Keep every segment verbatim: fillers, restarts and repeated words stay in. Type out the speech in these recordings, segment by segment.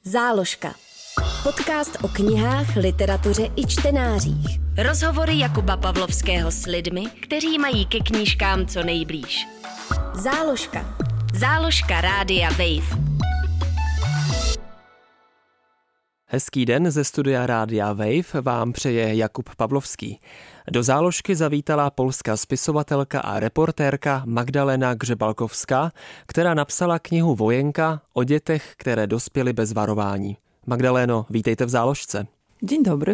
Záložka. Podcast o knihách, literatuře i čtenářích. Rozhovory Jakuba Pavlovského s lidmi, kteří mají ke knížkám co nejblíž. Záložka. Záložka Rádia Wave. Hezký den ze studia Rádia Wave vám přeje Jakub Pavlovský. Do záložky zavítala polská spisovatelka a reportérka Magdalena Grzebalkovská, která napsala knihu Vojenka o dětech, které dospěly bez varování. Magdaleno, vítejte v záložce. Dzień dobry.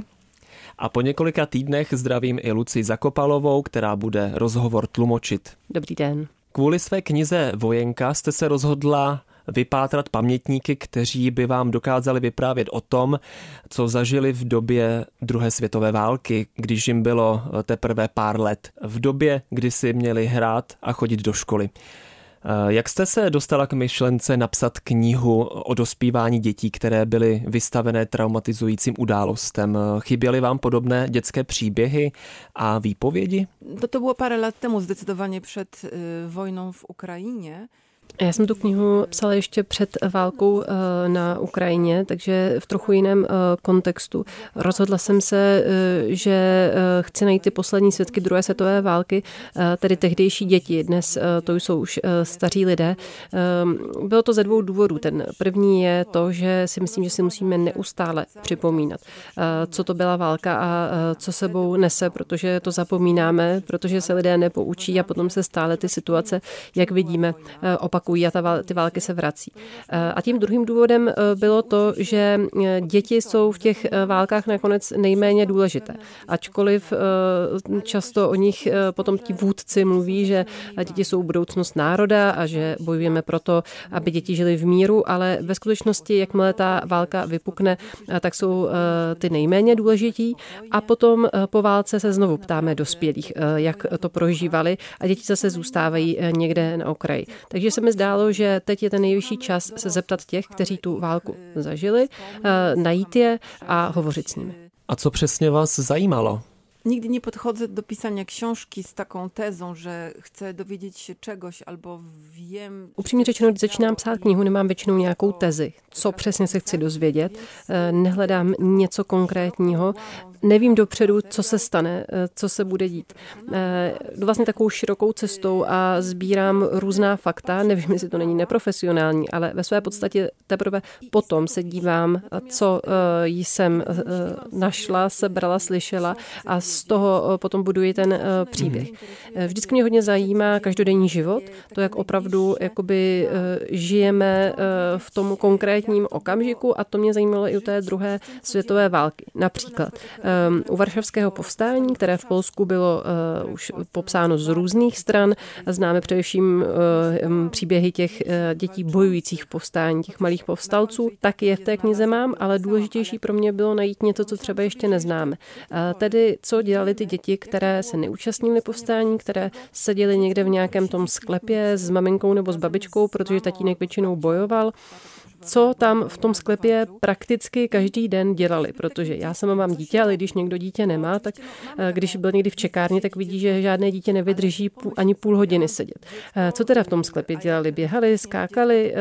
A po několika týdnech zdravím i Lucii Zakopalovou, která bude rozhovor tlumočit. Dobrý den. Kvůli své knize Vojenka jste se rozhodla vypátrat pamětníky, kteří by vám dokázali vyprávět o tom, co zažili v době druhé světové války, když jim bylo teprve pár let, v době, kdy si měli hrát a chodit do školy. Jak jste se dostala k myšlence napsat knihu o dospívání dětí, které byly vystavené traumatizujícím událostem? Chyběly vám podobné dětské příběhy a výpovědi? To, to bylo pár let temu, zdecydowanie před y, wojną v Ukrajině. Já jsem tu knihu psala ještě před válkou na Ukrajině, takže v trochu jiném kontextu. Rozhodla jsem se, že chci najít ty poslední svědky druhé světové války, tedy tehdejší děti. Dnes to jsou už staří lidé. Bylo to ze dvou důvodů. Ten první je to, že si myslím, že si musíme neustále připomínat, co to byla válka a co sebou nese, protože to zapomínáme, protože se lidé nepoučí a potom se stále ty situace, jak vidíme, opakují a ta, ty války se vrací. A tím druhým důvodem bylo to, že děti jsou v těch válkách nakonec nejméně důležité. Ačkoliv často o nich potom ti vůdci mluví, že děti jsou budoucnost národa a že bojujeme proto, aby děti žily v míru, ale ve skutečnosti, jakmile ta válka vypukne, tak jsou ty nejméně důležití a potom po válce se znovu ptáme dospělých, jak to prožívali a děti zase zůstávají někde na okraji. Takže se mi zdálo, že teď je ten nejvyšší čas se zeptat těch, kteří tu válku zažili, najít je a hovořit s nimi. A co přesně vás zajímalo? Nigdy nie podchodzę do pisania książki z taką tezą, że chcę dowiedzieć się czegoś albo wiem... Upřímně řečeno, když začínám psát knihu, nemám většinou nějakou tezi, co přesně se chci dozvědět. Nehledám něco konkrétního, nevím dopředu, co se stane, co se bude dít. Jdu vlastně takovou širokou cestou a sbírám různá fakta, nevím, jestli to není neprofesionální, ale ve své podstatě teprve potom se dívám, co jsem našla, sebrala, slyšela a z toho potom buduji ten příběh. Vždycky mě hodně zajímá každodenní život, to, jak opravdu jakoby žijeme v tom konkrétním okamžiku a to mě zajímalo i u té druhé světové války. Například u Varšavského povstání, které v Polsku bylo už popsáno z různých stran, známe především příběhy těch dětí bojujících v povstání, těch malých povstalců, tak je v té knize mám, ale důležitější pro mě bylo najít něco, co třeba ještě neznáme. Tedy co dělali ty děti, které se neúčastnily povstání, které seděly někde v nějakém tom sklepě s maminkou nebo s babičkou, protože tatínek většinou bojoval. Co tam v tom sklepě prakticky každý den dělali, protože já sama mám dítě, ale když někdo dítě nemá, tak když byl někdy v čekárně, tak vidí, že žádné dítě nevydrží ani půl hodiny sedět. Co teda v tom sklepě dělali? Běhali, skákali,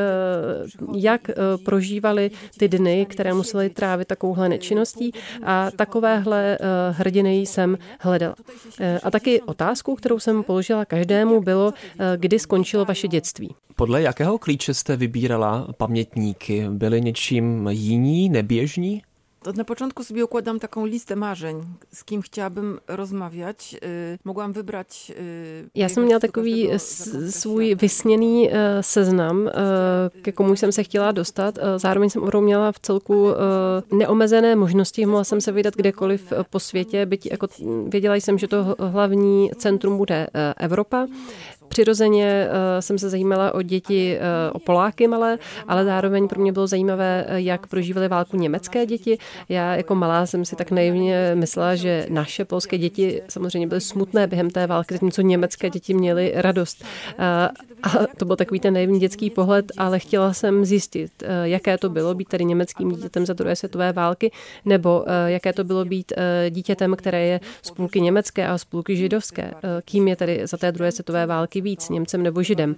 jak prožívali ty dny, které museli trávit takovouhle nečinností a takovéhle hrdiny jsem hledala. A taky otázkou, kterou jsem položila každému, bylo, kdy skončilo vaše dětství. Podle jakého klíče jste vybírala pamětníky? Byli něčím jiní, neběžní? To na początku sobie układam taką listę marzeń, z kim chciałabym rozmawiać. Mogłam wybrać... Já jsem měla takový svůj vysněný seznam, ke komu jsem se chtěla dostat. Zároveň jsem měla v celku neomezené možnosti, mohla jsem se vydat kdekoliv po světě, byť jako věděla jsem, že to hlavní centrum bude Evropa. Přirozeně jsem se zajímala o děti, o Poláky malé, ale zároveň pro mě bylo zajímavé, jak prožívaly válku německé děti. Já jako malá jsem si tak naivně myslela, že naše polské děti samozřejmě byly smutné během té války, zatímco německé děti měly radost. A to byl takový ten naivní dětský pohled, ale chtěla jsem zjistit, jaké to bylo být tady německým dítětem za druhé světové války, nebo jaké to bylo být dítětem, které je z půlky německé a z půlky židovské. Kým je tady za té druhé světové války ještě víc, Němcem nebo Židem.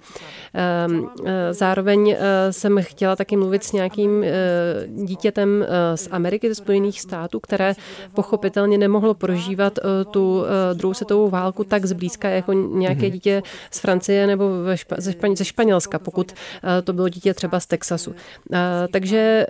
Zároveň jsem chtěla taky mluvit s nějakým dítětem z Ameriky, ze Spojených států, které pochopitelně nemohlo prožívat tu druhou světovou válku tak zblízka jako nějaké dítě z Francie nebo ze, Špaň- ze Španělska, pokud to bylo dítě třeba z Texasu. Takže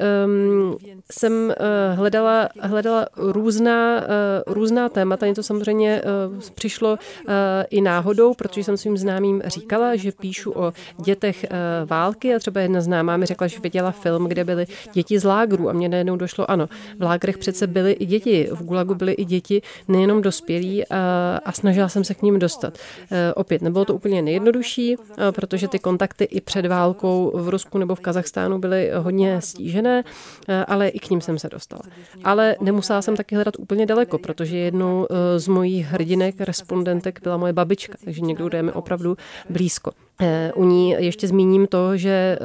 jsem hledala, hledala různá, různá témata. Něco samozřejmě přišlo i náhodou, protože jsem svým známým říkala, že píšu o dětech války a třeba jedna známá mi řekla, že viděla film, kde byly děti z lágrů a mě najednou došlo, ano, v lágrech přece byly i děti, v Gulagu byly i děti, nejenom dospělí a, a snažila jsem se k ním dostat. Opět nebylo to úplně nejjednodušší, protože ty kontakty i před válkou v Rusku nebo v Kazachstánu byly hodně stížené, ale i k ním jsem se dostala. Ale nemusela jsem taky hledat úplně daleko, protože jednou z mojich hrdinek, respondentek byla moje babička, takže někdo, kdo je mi opravdu blízko. U ní ještě zmíním to, že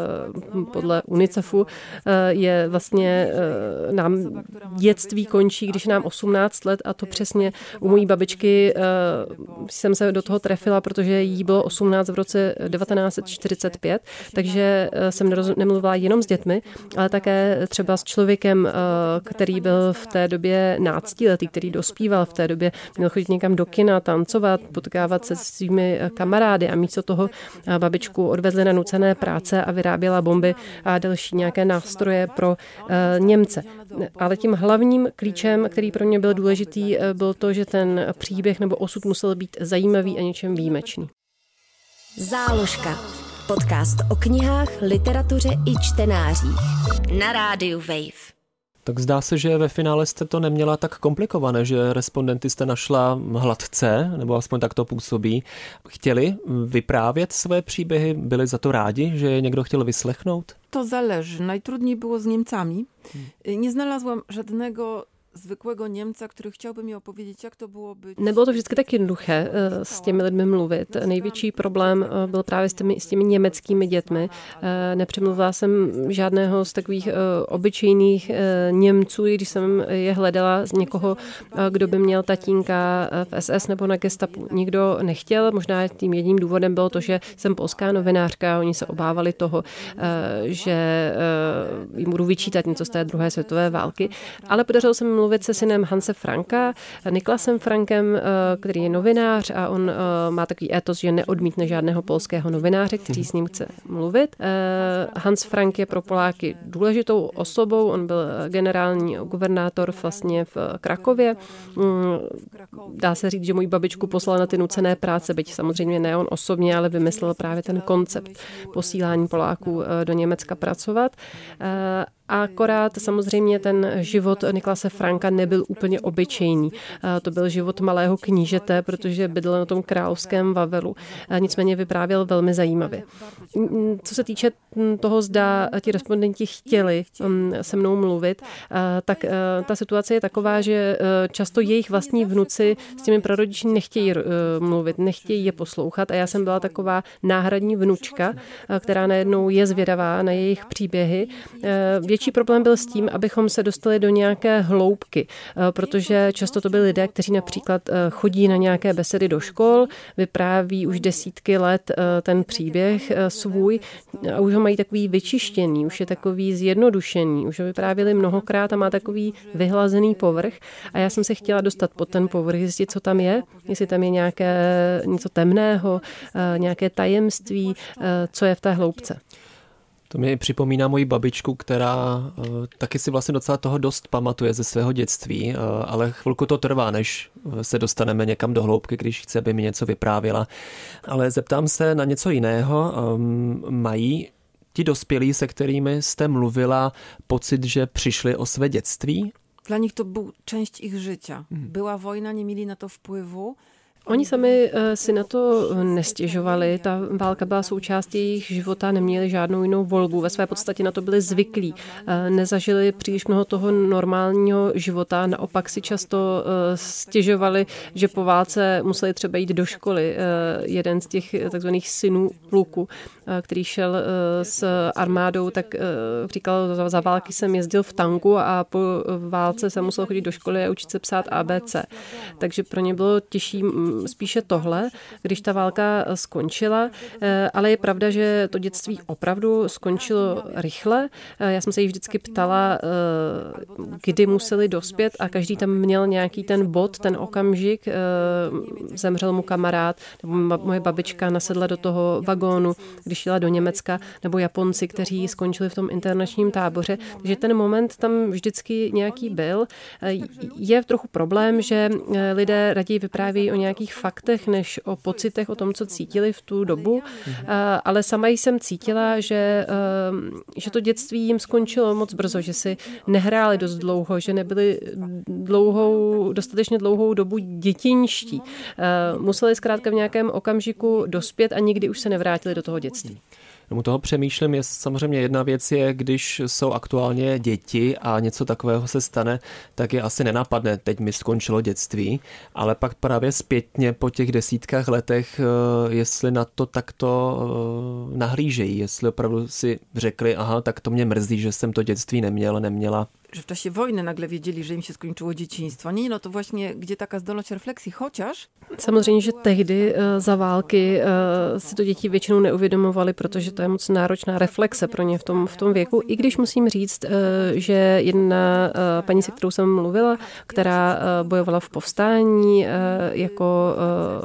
podle UNICEFu je vlastně nám dětství končí, když nám osmnáct let a to přesně u mojí babičky jsem se do toho trefila, protože jí bylo osmnáct v roce devatenáct set čtyřicet pět, takže jsem nemluvila jenom s dětmi, ale také třeba s člověkem, který byl v té době náctiletý, který dospíval v té době, měl chodit někam do kina, tancovat, potkávat se s svými kamarády a místo toho babičku odvezli na nucené práce a vyráběla bomby a další nějaké nástroje pro Němce. Ale tím hlavním klíčem, který pro mě byl důležitý, byl to, že ten příběh nebo osud musel být zajímavý a něčem výjimečný. Záložka. Podcast o knihách, literatuře i čtenářích. Na rádiu Wave. Tak zdá se, že ve finále jste to neměla tak komplikované, že respondenty jste našla hladce, nebo aspoň tak to působí. Chtěli vyprávět své příběhy, byli za to rádi, že je někdo chtěl vyslechnout? To zależy. Najtrudniej było z Niemcami. Nie znalazłam żadnego zwykłego Němca, který chciałby mi opowiedzieć, jak to bylo být. Nebylo to vždycky tak jednoduché s těmi lidmi mluvit. Největší problém byl právě s těmi, s těmi německými dětmi. Nepřemluvila jsem žádného z takových obyčejných Němců, když jsem je hledala z někoho, kdo by měl tatínka v es es nebo na gestapu. Nikdo nechtěl, možná tím jedním důvodem bylo to, že jsem polská novinářka a oni se obávali toho, že jim budu vyčítat něco z té druhé světové války. Ale podařilo se mi mluvit se synem Hanse Franka, Niklasem Frankem, který je novinář a on má takový étos, že neodmítne žádného polského novináře, který s ním chce mluvit. Hans Frank je pro Poláky důležitou osobou, on byl generální guvernátor vlastně v Krakově. Dá se říct, že můj babičku poslal na ty nucené práce, byť samozřejmě ne on osobně, ale vymyslel právě ten koncept posílání Poláků do Německa pracovat. Akorát samozřejmě ten život Niklase Franka nebyl úplně obyčejný. To byl život malého knížete, protože bydlel na tom královském Wawelu. Nicméně vyprávěl velmi zajímavě. Co se týče toho, zda ti respondenti chtěli se mnou mluvit, tak ta situace je taková, že často jejich vlastní vnuci s těmi prarodiči nechtějí mluvit, nechtějí je poslouchat a já jsem byla taková náhradní vnučka, která najednou je zvědavá na jejich příběhy. Větší problém byl s tím, abychom se dostali do nějaké hloubky, protože často to byli lidé, kteří například chodí na nějaké besedy do škol, vypráví už desítky let ten příběh svůj a už ho mají takový vyčištěný, už je takový zjednodušený, už ho vyprávěli mnohokrát a má takový vyhlazený povrch a já jsem se chtěla dostat pod ten povrch, zjistit, co tam je, jestli tam je nějaké něco temného, nějaké tajemství, co je v té hloubce. To mi připomíná moji babičku, která uh, taky si vlastně docela toho dost pamatuje ze svého dětství, uh, ale chvilku to trvá, než se dostaneme někam do hloubky, když chce, aby mi něco vyprávěla. Ale zeptám se na něco jiného. Um, mají ti dospělí, se kterými jste mluvila, pocit, že přišli o své dětství? Dla nich to byl część ich życia. Byla vojna, nie mieli na to vpływu. Oni sami si na to nestěžovali, ta válka byla součástí jejich života, neměli žádnou jinou volbu, ve své podstatě na to byli zvyklí, nezažili příliš mnoho toho normálního života, naopak si často stěžovali, že po válce museli třeba jít do školy. Jeden z těch takzvaných synů pluku, který šel s armádou, tak říkal, za války jsem jezdil v tanku a po válce jsem musel chodit do školy a učit se psát á bé cé. Takže pro ně bylo těžší spíše tohle, když ta válka skončila, ale je pravda, že to dětství opravdu skončilo rychle. Já jsem se jí vždycky ptala, kdy museli dospět a každý tam měl nějaký ten bod, ten okamžik. Zemřel mu kamarád, nebo moje babička nasedla do toho vagónu, když jela do Německa, nebo Japonci, kteří skončili v tom internačním táboře. Takže ten moment tam vždycky nějaký byl. Je trochu problém, že lidé raději vyprávějí o nějakých faktech, než o pocitech, o tom, co cítili v tu dobu. Ale sama jsem cítila, že, že to dětství jim skončilo moc brzo, že si nehráli dost dlouho, že nebyli dlouhou, dostatečně dlouhou dobu dětinští. Museli zkrátka v nějakém okamžiku dospět a nikdy už se nevrátili do toho dětství. U toho přemýšlím, je samozřejmě jedna věc je, když jsou aktuálně děti a něco takového se stane, tak je asi nenapadne, teď mi skončilo dětství, ale pak právě zpětně po těch desítkách letech, jestli na to takto nahlížejí, jestli opravdu si řekli, aha, tak to mě mrzí, že jsem to dětství neměl, neměla. Że w czasie wojny nagle wiedzieli, że im się skończyło dzieciństwo. Nie, no to właśnie gdzie taka zdolność refleksji, chociaż... Samozřejmě, že tehdy za války si to děti většinou neuvědomovali, protože to je moc náročná reflexe pro ně v tom, v tom věku. I když musím říct, že jedna paní, se kterou jsem mluvila, která bojovala v povstání jako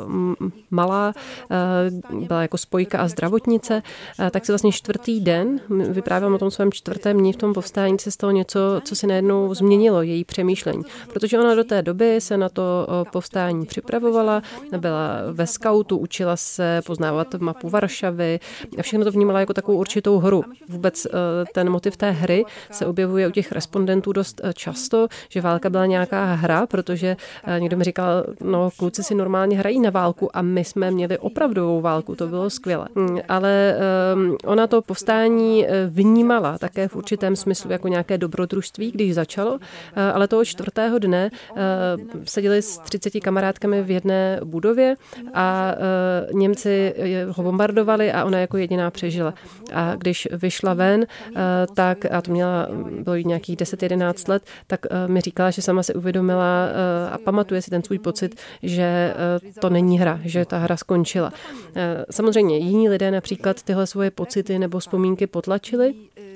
malá, byla jako spojka a zdravotnice, tak si vlastně čtvrtý den, vyprávěla o tom svém čtvrtém dní v tom povstání, se stalo něco, co si najednou změnilo její přemýšlení. Protože ona do té doby se na to povstání připravovala, byla ve skautu, učila se poznávat mapu Varšavy a všechno to vnímala jako takovou určitou hru. Vůbec ten motiv té hry se objevuje u těch respondentů dost často, že válka byla nějaká hra, protože někdo mi říkal, no kluci si normálně hrají na válku a my jsme měli opravdovou válku, to bylo skvělé. Ale ona to povstání vnímala také v určitém smyslu jako nějaké dobrodružství, když začalo, ale toho čtvrtého dne seděli s třiceti kamarádkami v jedné budově a Němci ho bombardovali a ona jako jediná přežila. A když vyšla ven, tak, a to měla, bylo jí nějakých deset jedenáct let, tak mi říkala, že sama se uvědomila a pamatuje si ten svůj pocit, že to není hra, že ta hra skončila. Samozřejmě jiní lidé například tyhle svoje pocity nebo vzpomínky potlačili.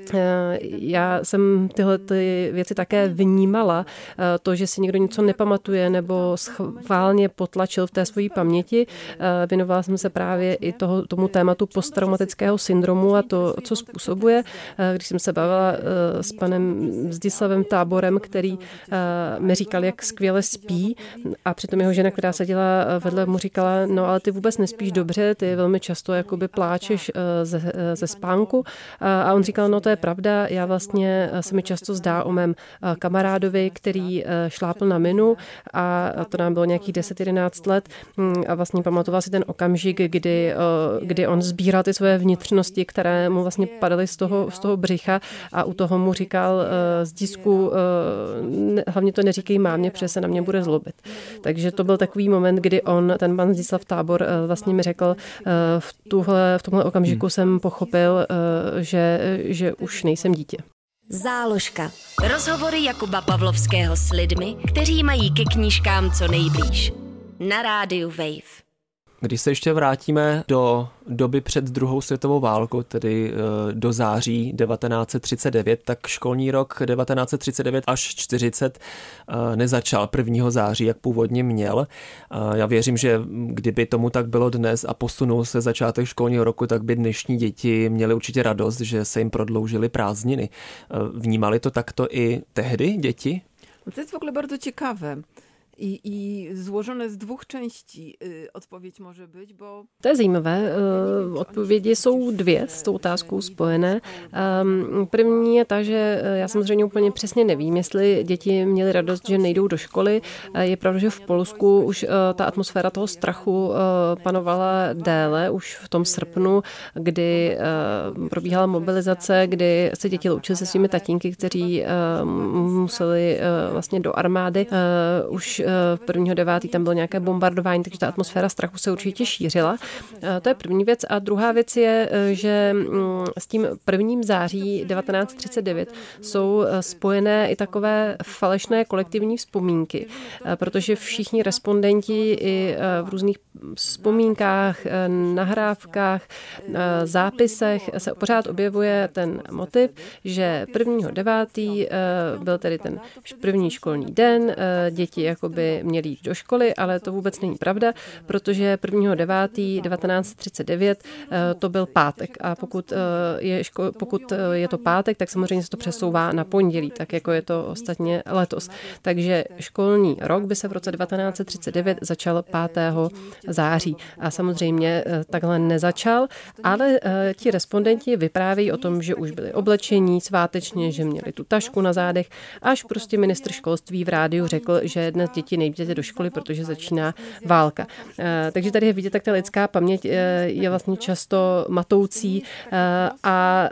Já jsem tyhle ty věci také vnímala, to, že si někdo něco nepamatuje nebo schválně potlačil v té svojí paměti. Věnovala jsem se právě i toho, tomu tématu posttraumatického syndromu a to, co způsobuje. Když jsem se bavila s panem Zdislavem Táborem, který mi říkal, jak skvěle spí a přitom jeho žena, která seděla vedle, mu říkala, no ale ty vůbec nespíš dobře, ty velmi často jakoby pláčeš ze, ze spánku a on říkal, no to je pravda, já vlastně se mi často zdá o mém kamarádovi, který šlápl na minu a to nám bylo nějakých deset jedenáct let a vlastně pamatoval si ten okamžik, kdy, kdy on sbíral ty svoje vnitřnosti, které mu vlastně padaly z toho, z toho břicha a u toho mu říkal z disku, hlavně to neříkej mámě, protože se na mě bude zlobit. Takže to byl takový moment, kdy on, ten pan Zdislav Tábor, vlastně mi řekl, v, tuhle, v tomhle okamžiku hmm. jsem pochopil, že, že už nejsem dítě. Záložka. Rozhovory Jakuba Pavlovského s lidmi, kteří mají ke knížkám co nejblíž. Na rádiu Wave. Když se ještě vrátíme do doby před druhou světovou válkou, tedy do září devatenáct set třicet devět, tak školní rok devatenáct set třicet devět až čtyřicet nezačal prvního září, jak původně měl. Já věřím, že kdyby tomu tak bylo dnes a posunul se začátek školního roku, tak by dnešní děti měly určitě radost, že se jim prodloužily prázdniny. Vnímali to takto i tehdy děti? To jest w ogóle bardzo ciekawe. I, I złożone z dwóch części odpowiedź może być, bo... To je zajímavé. Odpovědi jsou dvě s tou otázkou spojené. První je ta, že já samozřejmě úplně přesně nevím, jestli děti měly radost, že nejdou do školy. Je pravda, že v Polsku už ta atmosféra toho strachu panovala déle, už v tom srpnu, kdy probíhala mobilizace, kdy se děti loučily se svými tatínky, kteří museli vlastně do armády. Už prvního devátého tam bylo nějaké bombardování, takže ta atmosféra strachu se určitě šířila. To je první věc. A druhá věc je, že s tím prvním září devatenáct třicet devět jsou spojené i takové falešné kolektivní vzpomínky, protože všichni respondenti i v různých vzpomínkách, nahrávkách, zápisech se pořád objevuje ten motiv, že prvního devátého byl tedy ten první školní den, děti jakoby měly jít do školy, ale to vůbec není pravda, protože prvního devátého devatenáct třicet devět to byl pátek a pokud je, ško- pokud je to pátek, tak samozřejmě se to přesouvá na pondělí, tak jako je to ostatně letos. Takže školní rok by se v roce devatenáct třicet devět začal pátého září a samozřejmě takhle nezačal, ale ti respondenti vyprávějí o tom, že už byli oblečení svátečně, že měli tu tašku na zádech, až prostě ministr školství v rádiu řekl, že dnes děti nejděte do školy, protože začíná válka. Takže tady je vidět, tak ta lidská paměť je vlastně často matoucí a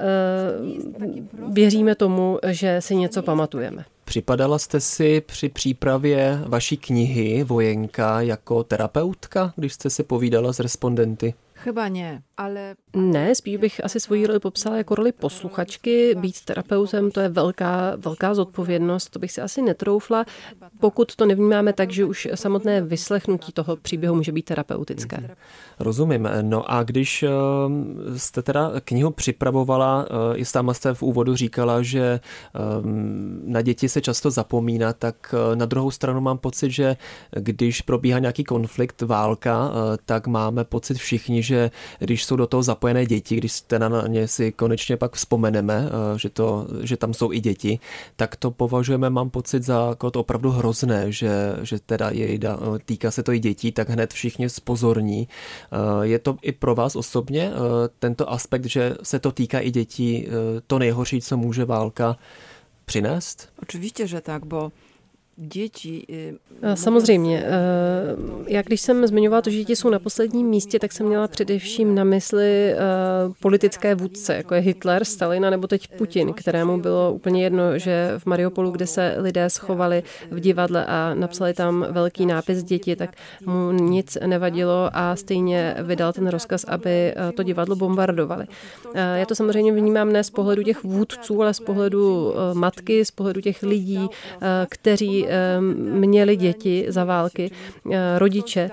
věříme tomu, že si něco pamatujeme. Připadala jste si při přípravě vaší knihy Vojenka jako terapeutka, když jste si povídala s respondenty? Chyba ne, ale... Ne, spíš bych asi svoji roli popsala jako roli posluchačky. Být terapeutem, to je velká, velká zodpovědnost, to bych si asi netroufla, pokud to nevnímáme tak, že už samotné vyslechnutí toho příběhu může být terapeutické. Rozumím. No a když jste teda knihu připravovala, i sama jste v úvodu říkala, že na děti se často zapomíná, tak na druhou stranu mám pocit, že když probíhá nějaký konflikt, válka, tak máme pocit všichni, že když jsou do toho zapojené děti, když teda na ně si konečně pak vzpomeneme, že, to, že tam jsou i děti, tak to považujeme, mám pocit, za jako to opravdu hrozné, že, že teda je, týká se to i dětí, tak hned všichni zpozorní. Je to i pro vás osobně tento aspekt, že se to týká i dětí, to nejhorší, co může válka přinést? Oczywiście, že tak, bo děti... Samozřejmě. Já když jsem zmiňovala to, že děti jsou na posledním místě, tak jsem měla především na mysli politické vůdce, jako je Hitler, Stalin nebo teď Putin, kterému bylo úplně jedno, že v Mariupolu, kde se lidé schovali v divadle a napsali tam velký nápis děti, tak mu nic nevadilo a stejně vydal ten rozkaz, aby to divadlo bombardovali. Já to samozřejmě vnímám ne z pohledu těch vůdců, ale z pohledu matky, z pohledu těch lidí, kteří měli děti za války, rodiče,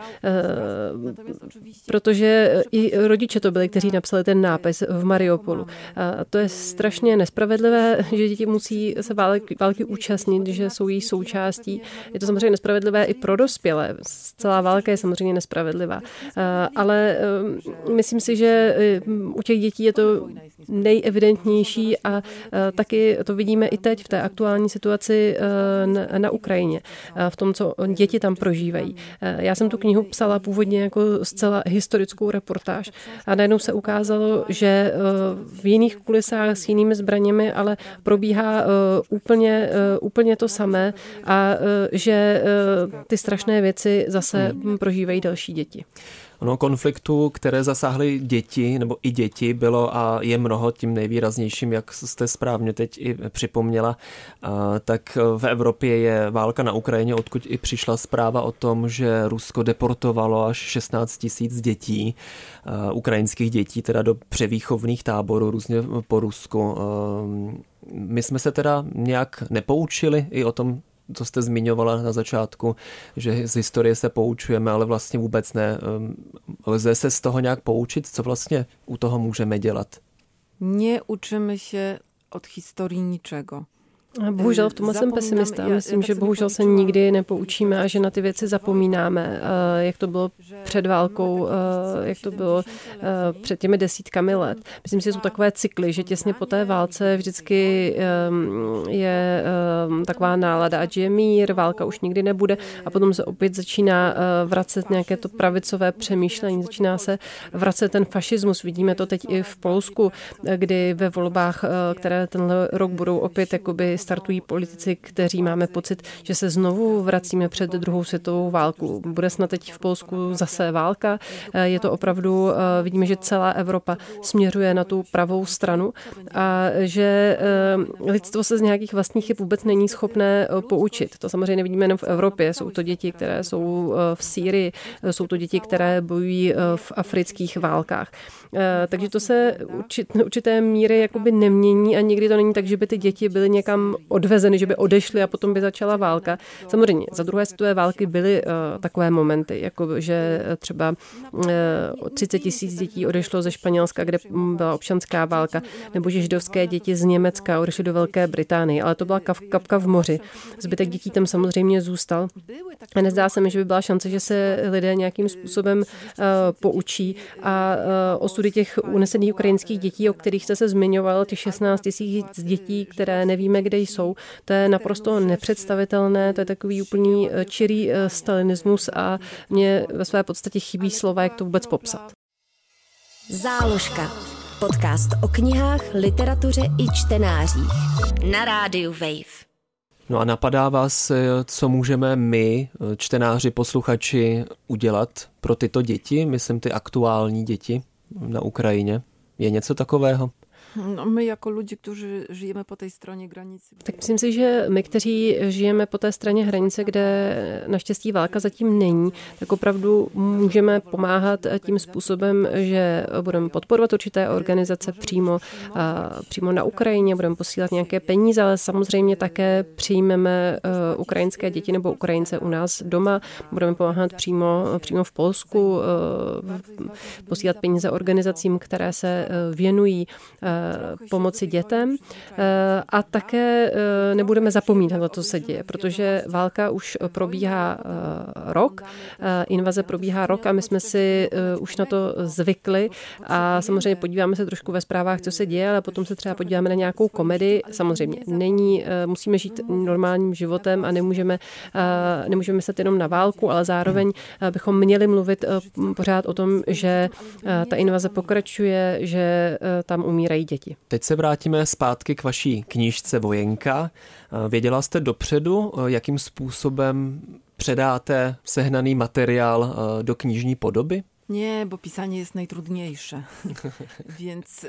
protože i rodiče to byli, kteří napsali ten nápis v Mariupolu. To je strašně nespravedlivé, že děti musí se války, války účastnit, že jsou její součástí. Je to samozřejmě nespravedlivé i pro dospělé. Celá válka je samozřejmě nespravedlivá. Ale myslím si, že u těch dětí je to nejevidentnější a taky to vidíme i teď v té aktuální situaci na Ukrajině, v tom, co děti tam prožívají. Já jsem tu knihu psala původně jako zcela historickou reportáž a najednou se ukázalo, že v jiných kulisách s jinými zbraněmi, ale probíhá úplně, úplně to samé a že ty strašné věci zase prožívají další děti. Ono konfliktů, které zasáhly děti, nebo i děti, bylo a je mnoho, tím nejvýraznějším, jak jste správně teď i připomněla, tak v Evropě je válka na Ukrajině, odkud i přišla zpráva o tom, že Rusko deportovalo až šestnáct tisíc dětí, ukrajinských dětí, teda do převýchovných táborů různě po Rusku. My jsme se teda nějak nepoučili i o tom, co jste zmiňovala na začátku, že z historie se poučujeme, ale vlastně vůbec ne. Lze se z toho nějak poučit? Co vlastně u toho můžeme dělat? Neučíme se od historii ničego. Bohužel v tomhle jsem pesimista. Myslím, že bohužel se nikdy nepoučíme a že na ty věci zapomínáme, jak to bylo před válkou, jak to bylo před těmi desítkami let. Myslím si, že jsou takové cykly, že těsně po té válce vždycky je taková nálada, ať je mír, válka už nikdy nebude a potom se opět začíná vracet nějaké to pravicové přemýšlení, začíná se vracet ten fašismus. Vidíme to teď i v Polsku, kdy ve volbách, které tenhle rok budou opět jakoby startují politici, kteří máme pocit, že se znovu vracíme před druhou světovou válku. Bude snad teď v Polsku zase válka. Je to opravdu, vidíme, že celá Evropa směřuje na tu pravou stranu a že lidstvo se z nějakých vlastních chyb vůbec není schopné poučit. To samozřejmě nevidíme jenom v Evropě. Jsou to děti, které jsou v Sýrii, jsou to děti, které bojují v afrických válkách. Takže to se určité míry jakoby nemění a nikdy to není tak, že by ty děti byly někam odvezeny, že by odešly a potom by začala válka. Samozřejmě za druhé světové války byly takové momenty, jako že třeba třicet tisíc dětí odešlo ze Španělska, kde byla občanská válka, nebo že židovské děti z Německa odešly do Velké Británie, ale to byla kapka v moři. Zbytek dětí tam samozřejmě zůstal. A nezdá se mi, že by byla šance, že se lidé nějakým způsobem uh, poučí a uh, osudy těch unesených ukrajinských dětí, o kterých jste se zmiňoval, těch šestnáct tisíc dětí, které nevíme, kde jsou, to je naprosto nepředstavitelné, to je takový úplný čirý uh, stalinismus a mě ve své podstatě chybí slova, jak to vůbec popsat. Záložka. Podcast o knihách, literatuře i čtenářích. Na rádiu Wave. No a napadá vás, co můžeme my, čtenáři, posluchači, udělat pro tyto děti, myslím ty aktuální děti na Ukrajině? Je něco takového? No, my jako lidi, kteří žijeme po té straně hranice. Tak myslím si, že my, kteří žijeme po té straně hranice, kde naštěstí válka zatím není, tak opravdu můžeme pomáhat tím způsobem, že budeme podporovat určité organizace přímo, přímo na Ukrajině, budeme posílat nějaké peníze, ale samozřejmě také přijmeme ukrajinské děti nebo Ukrajince u nás doma, budeme pomáhat přímo, přímo v Polsku, posílat peníze organizacím, které se věnují pomoci dětem a také nebudeme zapomínat na to, co se děje, protože válka už probíhá rok, invaze probíhá rok a my jsme si už na to zvykli a samozřejmě podíváme se trošku ve zprávách, co se děje, ale potom se třeba podíváme na nějakou komedii. Samozřejmě není, musíme žít normálním životem a nemůžeme, nemůžeme myslet jenom na válku, ale zároveň bychom měli mluvit pořád o tom, že ta invaze pokračuje, že tam umírají děti. Teď se vrátíme zpátky k vaší knížce Vojenka. Věděla jste dopředu, jakým způsobem předáte sehnaný materiál do knižní podoby? Nie, bo pisanie jest najtrudniejsze. Więc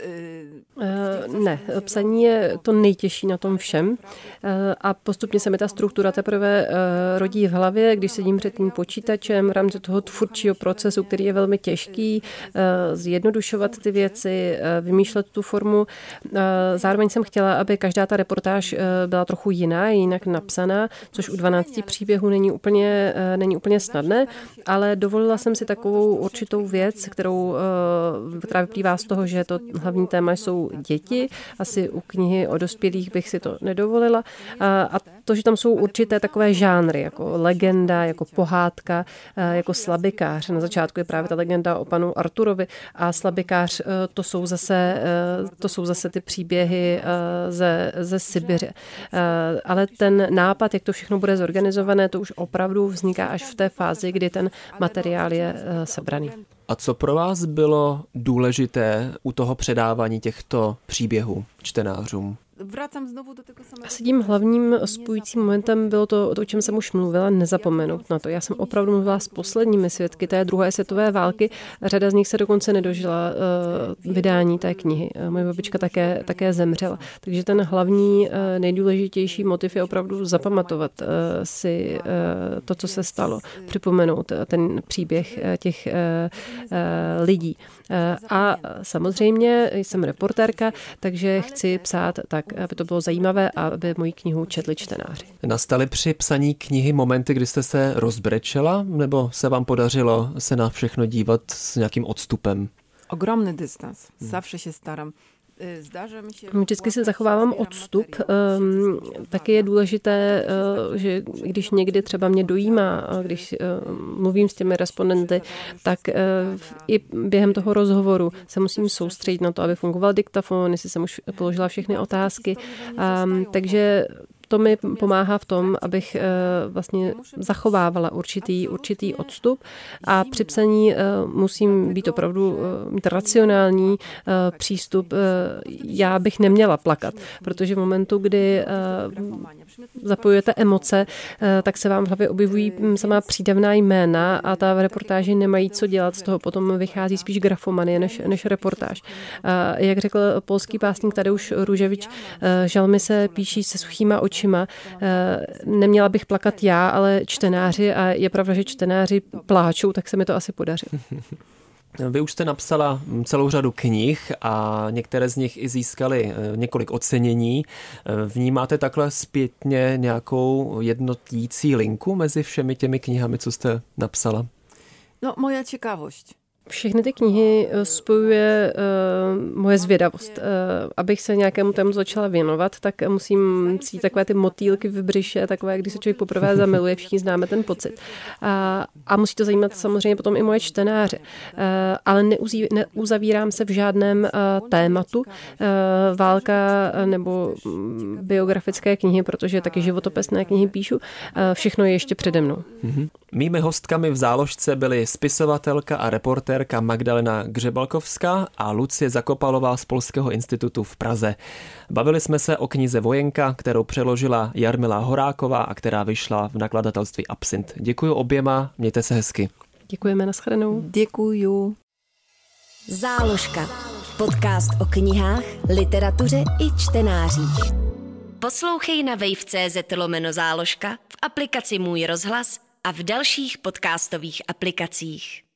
uh, ne, psaní je to nejtěžší na tom všem. Uh, a postupně se mi ta struktura teprve uh, rodí v hlavě, když sedím před tím počítačem v rámci toho tvůrčího procesu, který je velmi těžký, uh, zjednodušovat ty věci, uh, vymýšlet tu formu. Uh, zároveň jsem chtěla, aby každá ta reportáž uh, byla trochu jiná, jinak napsaná, což u dvanácti příběhů není úplně, uh, není úplně snadné, ale dovolila jsem si takovou určitou tou věc, kterou, která vyplývá z toho, že to hlavní téma jsou děti. Asi u knihy o dospělých bych si to nedovolila. A to, že tam jsou určité takové žánry, jako legenda, jako pohádka, jako slabikář. Na začátku je právě ta legenda o panu Arturovi a slabikář to jsou zase, to jsou zase ty příběhy ze, ze Sibiře. Ale ten nápad, jak to všechno bude zorganizované, to už opravdu vzniká až v té fázi, kdy ten materiál je sebraný. A co pro vás bylo důležité u toho předávání těchto příběhů čtenářům? Vracám znovu do tego samého. Asi tím hlavním spojujícím momentem bylo to, to, o čem jsem už mluvila, nezapomenout na to. Já jsem opravdu mluvila s posledními svědky té druhé světové války. Řada z nich se dokonce nedožila uh, vydání té knihy. Moje babička také, také zemřela. Takže ten hlavní, uh, nejdůležitější motiv je opravdu zapamatovat uh, si uh, to, co se stalo. Připomenout uh, ten příběh uh, těch uh, uh, lidí. Uh, a samozřejmě jsem reportérka, takže chci psát tak, aby to bylo zajímavé a aby moji knihu četli čtenáři. Nastaly při psaní knihy momenty, kdy jste se rozbrečela, nebo se vám podařilo se na všechno dívat s nějakým odstupem? Ogromný dystans. Zawsze się staram. Vždycky si zachovávám odstup. Taky je důležité, že když někdy třeba mě dojímá, když mluvím s těmi respondenty, tak i během toho rozhovoru se musím soustředit na to, aby fungoval diktafon, jestli jsem už položila všechny otázky. Takže to mi pomáhá v tom, abych vlastně zachovávala určitý, určitý odstup a při psaní musím být opravdu mít racionální přístup. Já bych neměla plakat, protože v momentu, kdy zapojujete emoce, tak se vám v hlavě objevují samá přídavná jména a ta v reportáži nemají co dělat, z toho potom vychází spíš grafomanie než, než reportáž. Jak řekl polský básník Tadeusz Różewicz, žalmy se píší se suchýma očima očima. Neměla bych plakat já, ale čtenáři a je pravda, že čtenáři pláčou, tak se mi to asi podaří. Vy už jste napsala celou řadu knih a některé z nich i získaly několik ocenění. Vnímáte takhle zpětně nějakou jednotící linku mezi všemi těmi knihami, co jste napsala? No, moja ciekawość. Všechny ty knihy spojuje uh, moje zvědavost. Uh, abych se nějakému tému začala věnovat, tak musím cítit takové ty motýlky v břiše, takové, když se člověk poprvé zamiluje, všichni známe ten pocit. Uh, a musí to zajímat samozřejmě potom i moje čtenáře. Uh, ale neuzí, neuzavírám se v žádném uh, tématu. Uh, válka nebo um, biografické knihy, protože taky životopisné knihy píšu. Uh, všechno je ještě přede mnou. Mm-hmm. Mými hostkami v záložce byly spisovatelka a reportérka Magdalena Gřebalkovská a Lucie Zakopalová z Polského institutu v Praze. Bavili jsme se o knize Vojenka, kterou přeložila Jarmila Horáková a která vyšla v nakladatelství Absint. Děkuji oběma, mějte se hezky. Děkujeme, nashledanou. Děkuju. Záložka. Podcast o knihách, literatuře i čtenářích. Poslouchej na wave tečka cé zet lomeno záložka, v aplikaci Můj rozhlas a v dalších podcastových aplikacích.